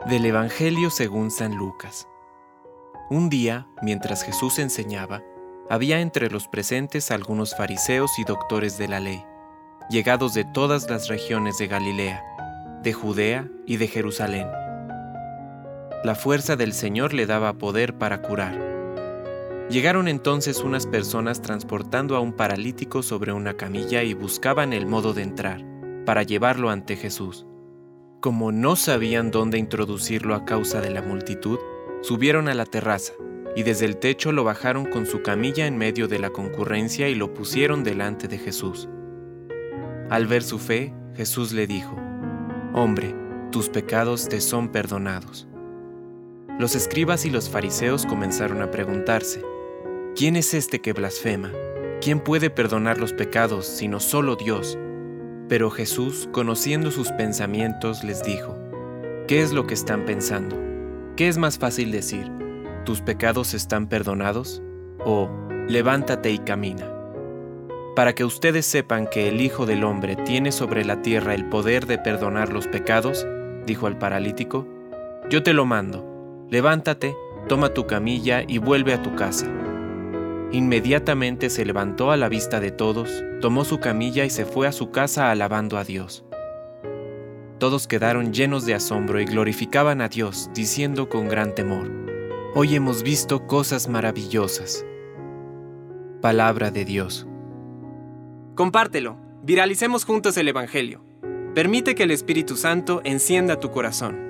Del Evangelio según San Lucas. Un día, mientras Jesús enseñaba, había entre los presentes algunos fariseos y doctores de la ley, llegados de todas las regiones de Galilea, de Judea y de Jerusalén. La fuerza del Señor le daba poder para curar. Llegaron entonces unas personas transportando a un paralítico sobre una camilla y buscaban el modo de entrar, para llevarlo ante Jesús. Como no sabían dónde introducirlo a causa de la multitud, subieron a la terraza y desde el techo lo bajaron con su camilla en medio de la concurrencia y lo pusieron delante de Jesús. Al ver su fe, Jesús le dijo: «Hombre, tus pecados te son perdonados». Los escribas y los fariseos comenzaron a preguntarse: «¿Quién es este que blasfema? ¿Quién puede perdonar los pecados sino solo Dios?». Pero Jesús, conociendo sus pensamientos, les dijo: «¿Qué es lo que están pensando? ¿Qué es más fácil decir? ¿Tus pecados están perdonados? O levántate y camina. Para que ustedes sepan que el Hijo del Hombre tiene sobre la tierra el poder de perdonar los pecados», dijo al paralítico, «yo te lo mando, levántate, toma tu camilla y vuelve a tu casa». Inmediatamente se levantó a la vista de todos, tomó su camilla y se fue a su casa alabando a Dios. Todos quedaron llenos de asombro y glorificaban a Dios, diciendo con gran temor: «Hoy hemos visto cosas maravillosas». Palabra de Dios. Compártelo, viralicemos juntos el Evangelio. Permite que el Espíritu Santo encienda tu corazón.